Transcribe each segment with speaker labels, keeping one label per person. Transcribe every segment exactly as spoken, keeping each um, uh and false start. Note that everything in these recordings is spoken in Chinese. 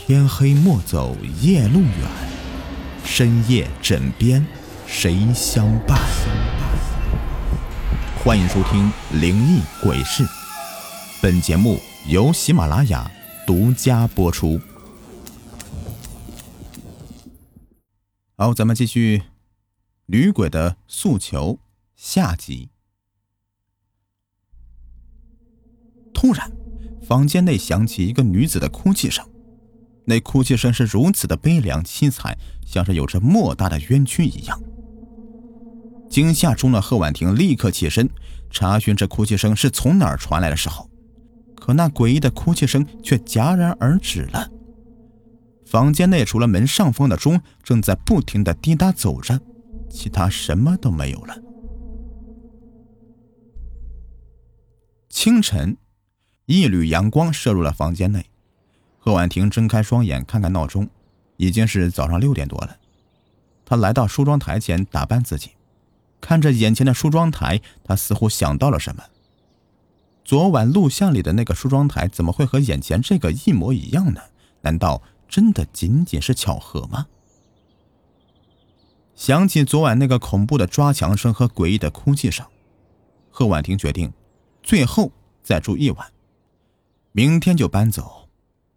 Speaker 1: 天黑莫走夜路远，深夜枕边谁相伴？欢迎收听灵异鬼事，本节目由喜马拉雅独家播出。好，咱们继续女鬼的诉求下集。突然，房间内响起一个女子的哭泣声，那哭泣声是如此的悲凉凄惨，像是有着莫大的冤屈一样。惊吓中的贺婉婷立刻起身，查询这哭泣声是从哪儿传来的时候，可那诡异的哭泣声却戛然而止了。房间内除了门上方的钟正在不停地滴答走着，其他什么都没有了。清晨，一缕阳光射入了房间内，贺婉婷睁开双眼，看看闹钟，已经是早上六点多了。她来到梳妆台前打扮自己，看着眼前的梳妆台，她似乎想到了什么。昨晚录像里的那个梳妆台怎么会和眼前这个一模一样呢？难道真的仅仅是巧合吗？想起昨晚那个恐怖的抓墙声和诡异的哭泣声，贺婉婷决定最后再住一晚，明天就搬走。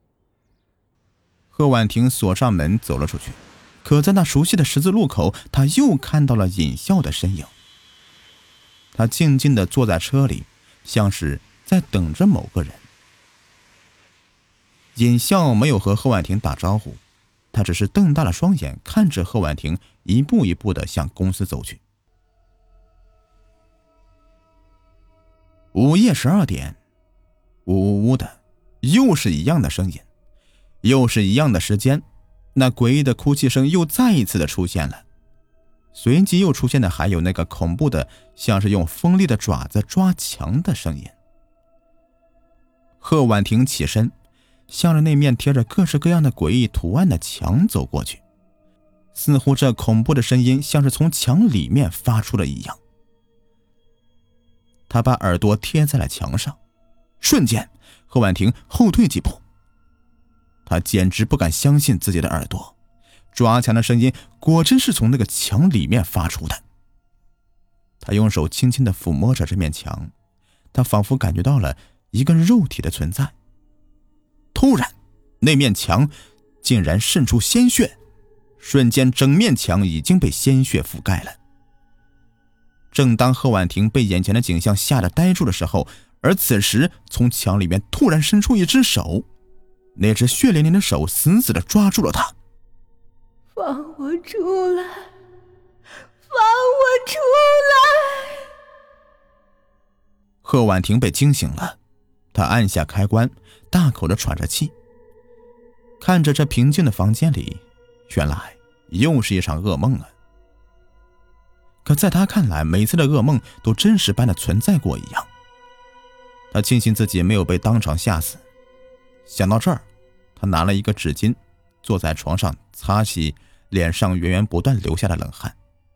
Speaker 1: 贺婉婷锁上门走了出去，可在那熟悉的十字路口，她又看到了尹笑的身影。她静静地坐在车里，像是在等着某个人。尹笑没有和贺婉婷打招呼，他只是瞪大了双眼看着贺婉婷一步一步地向公司走去。午夜十二点，呜呜呜的，又是一样的声音，又是一样的时间，那诡异的哭泣声又再一次的出现了。随即又出现的还有那个恐怖的像是用锋利的爪子抓墙的声音。贺婉婷起身，向着那面贴着各式各样的诡异图案的墙走过去，似乎这恐怖的声音像是从墙里面发出的一样。他把耳朵贴在了墙上，瞬间贺婉婷后退几步，他简直不敢相信自己的耳朵，抓墙的声音果真是从那个墙里面发出的。他用手轻轻地抚摸着这面墙，他仿佛感觉到了一个肉体的存在。突然，那面墙竟然渗出鲜血，瞬间整面墙已经被鲜血覆盖了。正当贺婉婷被眼前的景象吓得呆住的时候，而此时从墙里面突然伸出一只手，那只血淋淋的手死死地抓住了她。
Speaker 2: 放我出来，放我出来！
Speaker 1: 贺婉婷被惊醒了，她按下开关，大口地喘着气，看着这平静的房间里，原来又是一场噩梦啊。可在她看来，每次的噩梦都真实般的存在过一样。她庆幸自己没有被当场吓死。想到这儿，她拿了一个纸巾，坐在床上擦洗脸上源源不断流下的冷汗。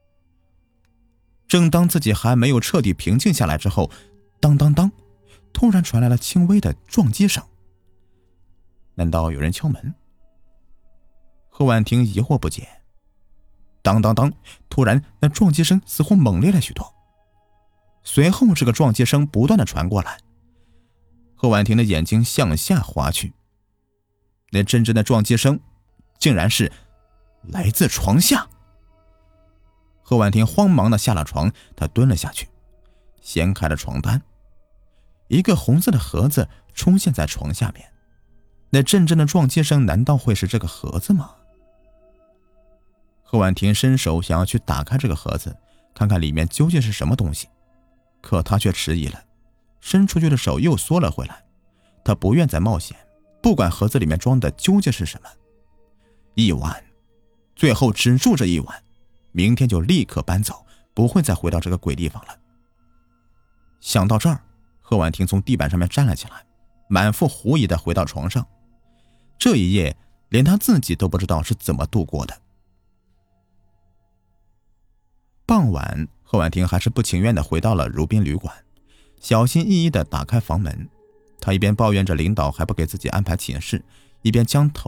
Speaker 1: 正当自己还没有彻底平静下来之后，当当当，突然传来了轻微的撞击声。难道有人敲门？贺婉婷疑惑不解。当当当，突然那撞击声似乎猛烈了许多，随后这个撞击声不断的传过来。贺婉婷的眼睛向下滑去，那阵阵的撞击声竟然是来自床下。贺婉婷慌忙的下了床，她蹲了下去，掀开了床单，一个红色的盒子出现在床下面。那阵阵的撞击声难道会是这个盒子吗？贺婉婷伸手想要去打开这个盒子，看看里面究竟是什么东西，可她却迟疑了，伸出去的手又缩了回来。她不愿再冒险，不管盒子里面装的究竟是什么。一晚，最后只住这一晚，明天就立刻搬走，不会再回到这个鬼地方了。想到这儿，贺婉婷从地板上面站了起来，满腹狐疑地回到床上。这一夜连她自己都不知道是怎么度过的。傍晚，贺婉婷还是不情愿地回到了如宾旅馆，小心翼翼地打开房门。她一边抱怨着领导还不给自己安排寝室，一边将头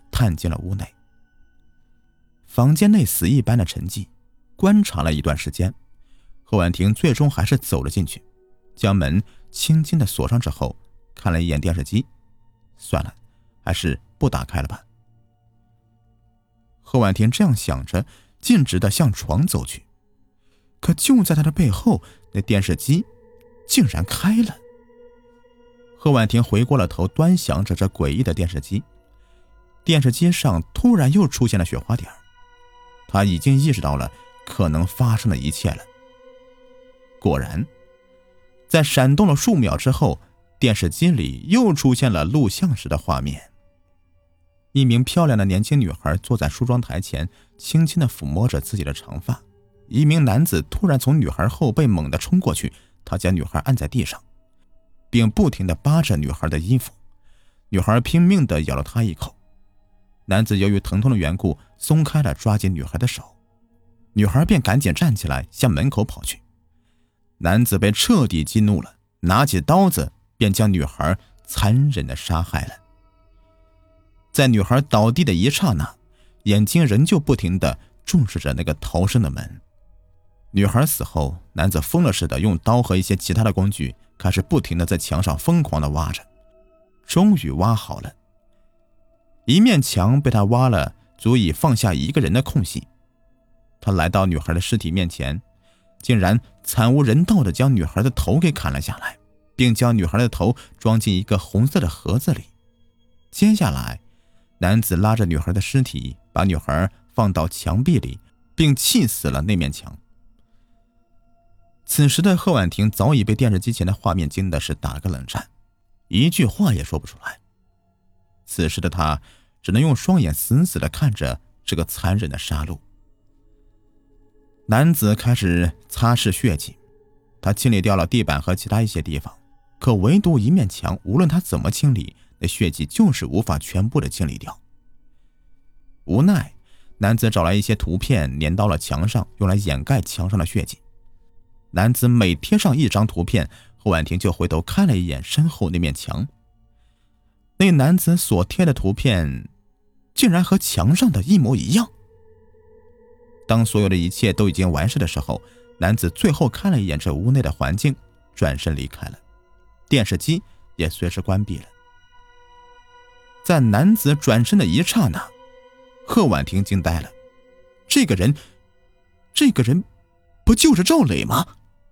Speaker 1: 探进了屋内。房间内死一般的沉寂，观察了一段时间，贺婉婷最终还是走了进去，将门轻轻地锁上之后，看了一眼电视机，算了，还是不打开了吧。贺婉婷这样想着，径直地向床走去，可就在她的背后，那电视机竟然开了。贺婉婷回过了头，端详着这诡异的电视机。电视机上突然又出现了雪花点，她已经意识到了可能发生的一切了。果然，在闪动了数秒之后，电视机里又出现了录像时的画面。一名漂亮的年轻女孩坐在梳妆台前，轻轻地抚摸着自己的长发。一名男子突然从女孩后背猛地冲过去，他将女孩按在地上，并不停地扒着女孩的衣服。女孩拼命地咬了他一口。男子由于疼痛的缘故，松开了抓紧女孩的手，女孩便赶紧站起来向门口跑去。男子被彻底激怒了，拿起刀子便将女孩残忍地杀害了。在女孩倒地的一刹那，眼睛仍旧不停地注视着那个逃生的门。女孩死后，男子疯了似的用刀和一些其他的工具开始不停地在墙上疯狂地挖着，终于挖好了。一面墙被他挖了足以放下一个人的空隙。他来到女孩的尸体面前，竟然惨无人道地将女孩的头给砍了下来，并将女孩的头装进一个红色的盒子里。接下来，男子拉着女孩的尸体，把女孩放到墙壁里，并砌死了那面墙。此时的贺婉婷早已被电视机前的画面惊的是打了个冷战，一句话也说不出来。此时的她只能用双眼死死地看着这个残忍的杀戮。男子开始擦拭血迹，他清理掉了地板和其他一些地方，可唯独一面墙，无论他怎么清理，那血迹就是无法全部的清理掉。无奈，男子找来一些图片粘到了墙上，用来掩盖墙上的血迹。男子每贴上一张图片，贺婉婷就回头看了一眼身后那面墙。那男子所贴的图片竟然和墙上的一模一样。当所有的一切都已经完事的时候，男子最后看了一眼这屋内的环境，转身离开了，电视机也随之关闭了。在男子转身的一刹那，贺婉婷惊呆了，这个人这个人不就是赵磊吗？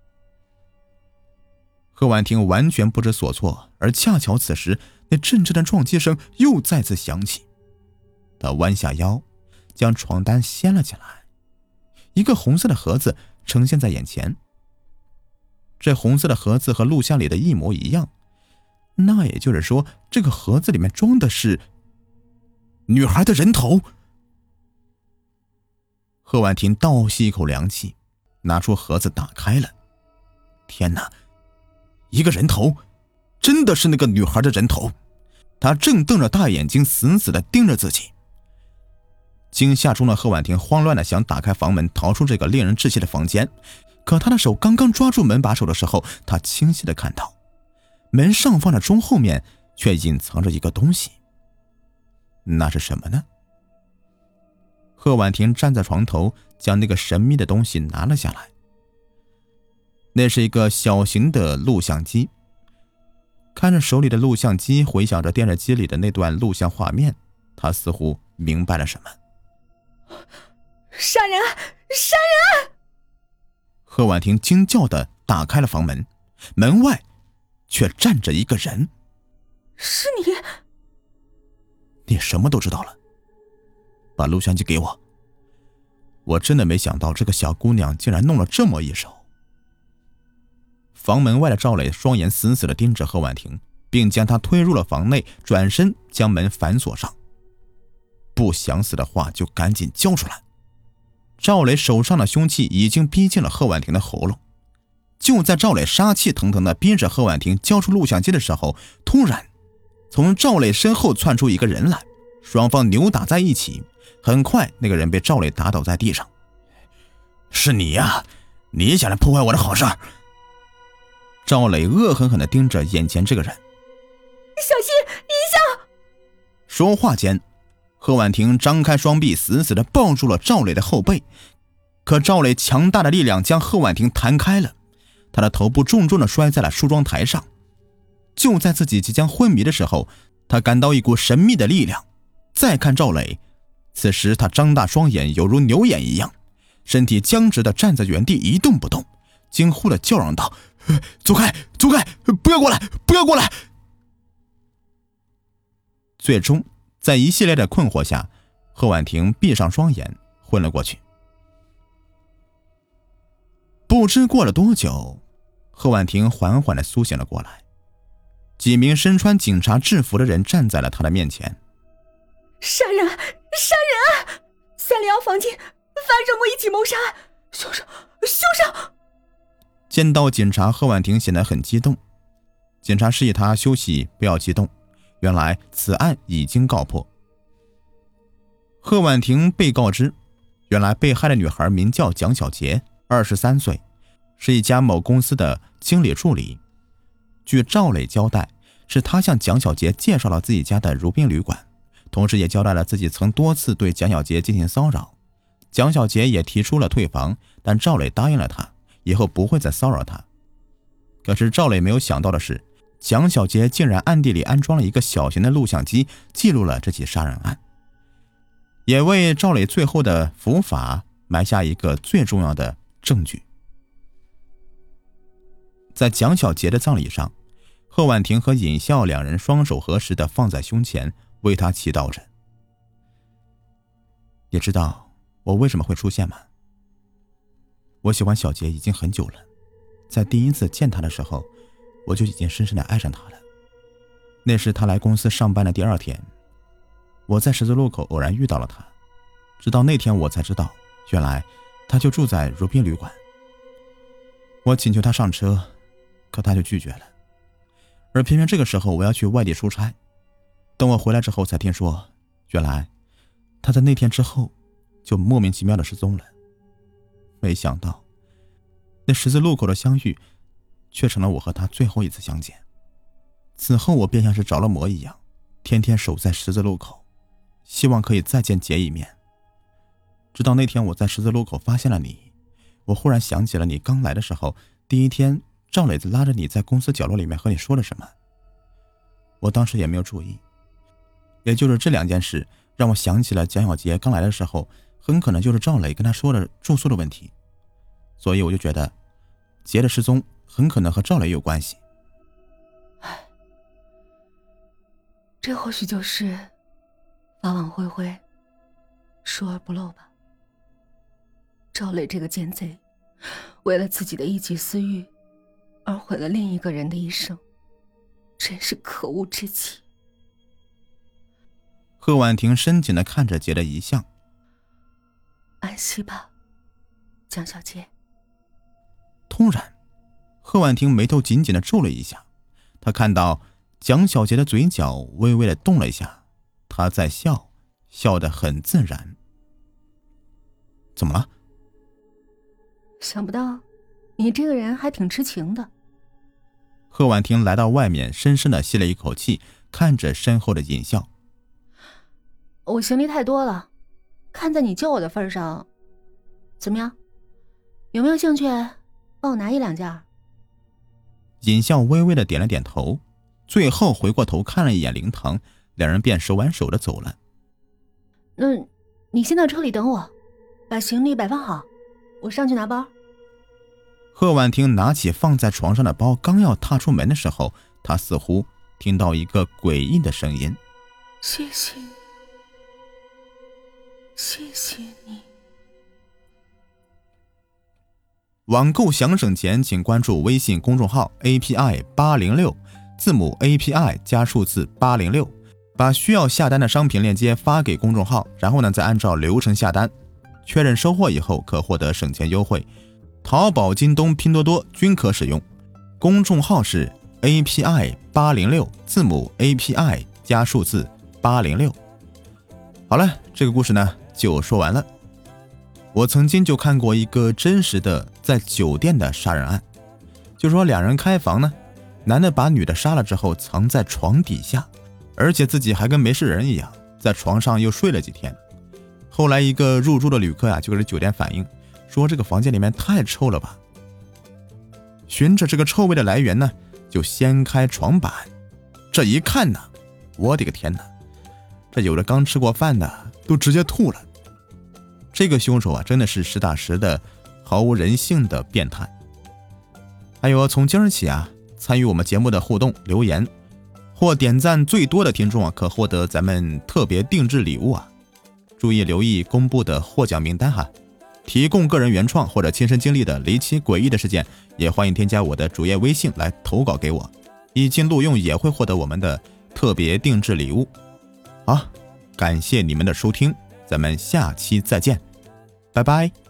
Speaker 1: 贺婉婷完全不知所措，而恰巧此时那阵阵的撞击声又再次响起。她弯下腰，将床单掀了起来，一个红色的盒子呈现在眼前。这红色的盒子和录像里的一模一样，那也就是说，这个盒子里面装的是女孩的人头。贺婉婷倒吸一口凉气，拿出盒子打开了。天哪，一个人头，真的是那个女孩的人头。她正瞪着大眼睛死死地盯着自己。惊吓中的贺婉婷慌乱地想打开房门逃出这个令人窒息的房间，可她的手刚刚抓住门把手的时候，她清晰地看到门上方的钟后面却隐藏着一个东西。那是什么呢？贺婉婷站在床头，将那个神秘的东西拿了下来。那是一个小型的录像机。看着手里的录像机，回想着电视机里的那段录像画面，她似乎明白了什么。
Speaker 2: 杀人！杀人！
Speaker 1: 贺婉婷惊叫地打开了房门，门外却站着一个人。
Speaker 2: 是你？
Speaker 1: 你什么都知道了？把录像机给我。我真的没想到这个小姑娘竟然弄了这么一手。房门外的赵磊双眼死死地盯着贺婉婷，并将她推入了房内，转身将门反锁上。不想死的话就赶紧交出来。赵磊手上的凶器已经逼近了贺婉婷的喉咙。就在赵磊杀气腾腾地逼着贺婉婷交出录像机的时候，突然从赵磊身后窜出一个人来，双方扭打在一起。很快那个人被赵磊打倒在地上。是你呀，你想来破坏我的好事。赵磊恶狠狠地盯着眼前这个人。
Speaker 2: 小心，一下！
Speaker 1: 说话间， 贺婉婷张开双臂，死死地抱住了赵磊的后背，可赵磊强大的力量将贺婉婷弹开了，他的头部重重地摔在了梳妆台上。就在自己即将昏迷的时候，他感到一股神秘的力量。再看赵磊，此时他张大双眼，犹如牛眼一样，身体僵直地站在原地一动不动，惊呼地叫嚷道：“走开，走开，不要过来，不要过来！”最终在一系列的困惑下，贺婉婷闭上双眼昏了过去。不知过了多久，贺婉婷缓缓地苏醒了过来。几名身穿警察制服的人站在了她的面前。
Speaker 2: 杀人！杀人啊！三零幺房间发生过一起谋杀案，凶手！凶手！
Speaker 1: 见到警察，贺婉婷显得很激动。警察示意她休息，不要激动。原来此案已经告破。贺婉婷被告知，原来被害的女孩名叫蒋小杰，二十三岁，是一家某公司的经理助理。据赵磊交代，是他向蒋小杰介绍了自己家的如宾旅馆，同时也交代了自己曾多次对蒋小杰进行骚扰。蒋小杰也提出了退房，但赵磊答应了他，以后不会再骚扰他。可是赵磊没有想到的是，蒋小杰竟然暗地里安装了一个小型的录像机，记录了这起杀人案，也为赵磊最后的伏法埋下一个最重要的证据。在蒋小杰的葬礼上，贺婉婷和尹笑两人双手合十地放在胸前，为他祈祷着。也知道我为什么会出现吗？我喜欢小杰已经很久了，在第一次见他的时候，我就已经深深地爱上他了。那是他来公司上班的第二天，我在十字路口偶然遇到了他，直到那天我才知道，原来他就住在如宾旅馆。我请求他上车，可他就拒绝了。而偏偏这个时候我要去外地出差，等我回来之后才听说，原来他在那天之后就莫名其妙的失踪了。没想到那十字路口的相遇却成了我和他最后一次相见。此后我便像是着了魔一样，天天守在十字路口，希望可以再见杰一面。直到那天我在十字路口发现了你，我忽然想起了你刚来的时候，第一天赵磊子拉着你在公司角落里面和你说了什么，我当时也没有注意。也就是这两件事让我想起了蒋小杰刚来的时候，很可能就是赵磊跟他说的住宿的问题，所以我就觉得杰的失踪很可能和赵磊有关系。
Speaker 2: 唉，这或许就是法网恢恢，疏而不漏吧。赵磊这个奸贼，为了自己的一己私欲而毁了另一个人的一生，真是可恶至极。
Speaker 1: 贺婉婷深情地看着杰的遗像。
Speaker 2: 安息吧，蒋小杰。
Speaker 1: 突然，贺婉婷眉头紧紧地皱了一下，她看到蒋小杰的嘴角微微地动了一下，他在笑，笑得很自然。怎么了？
Speaker 2: 想不到你这个人还挺痴情的。
Speaker 1: 贺婉婷来到外面，深深地吸了一口气，看着身后的尹笑。
Speaker 2: 我行李太多了，看在你救我的份上，怎么样？有没有兴趣帮我拿一两件？
Speaker 1: 尹笑微微地点了点头，最后回过头看了一眼灵堂，两人便手挽手地走了。
Speaker 2: 那你先到车里等我，把行李摆放好，我上去拿包。
Speaker 1: 贺婉婷拿起放在床上的包，刚要踏出门的时候，她似乎听到一个诡异的声音：
Speaker 2: 谢谢你，谢谢你。
Speaker 1: 网购详省前请关注微信公众号 A P I 八零六， 字母 A P I 加数字八零六，把需要下单的商品链接发给公众号，然后呢再按照流程下单，确认收货以后可获得省钱优惠。淘宝、京东、拼多多均可使用。公众号是 A P I 八零六， 字母 A P I 加数字八零六。好了，这个故事呢就说完了。我曾经就看过一个真实的在酒店的杀人案，就说两人开房呢，男的把女的杀了之后藏在床底下，而且自己还跟没事人一样， 在床上又睡了几天。后来一个入住的旅客啊，就给酒店反映说这个房间里面太臭了吧。循着这个臭味的来源呢，就掀开床板，这一看呢，我的个天哪，这有的刚吃过饭的都直接吐了。这个凶手啊，真的是实打实的毫无人性的变态。还有从今儿起啊，参与我们节目的互动留言或点赞最多的听众啊，可获得咱们特别定制礼物啊！注意留意公布的获奖名单哈。提供个人原创或者亲身经历的离奇诡异的事件，也欢迎添加我的主页微信来投稿给我，一经录用也会获得我们的特别定制礼物。好，感谢你们的收听，咱们下期再见，拜拜。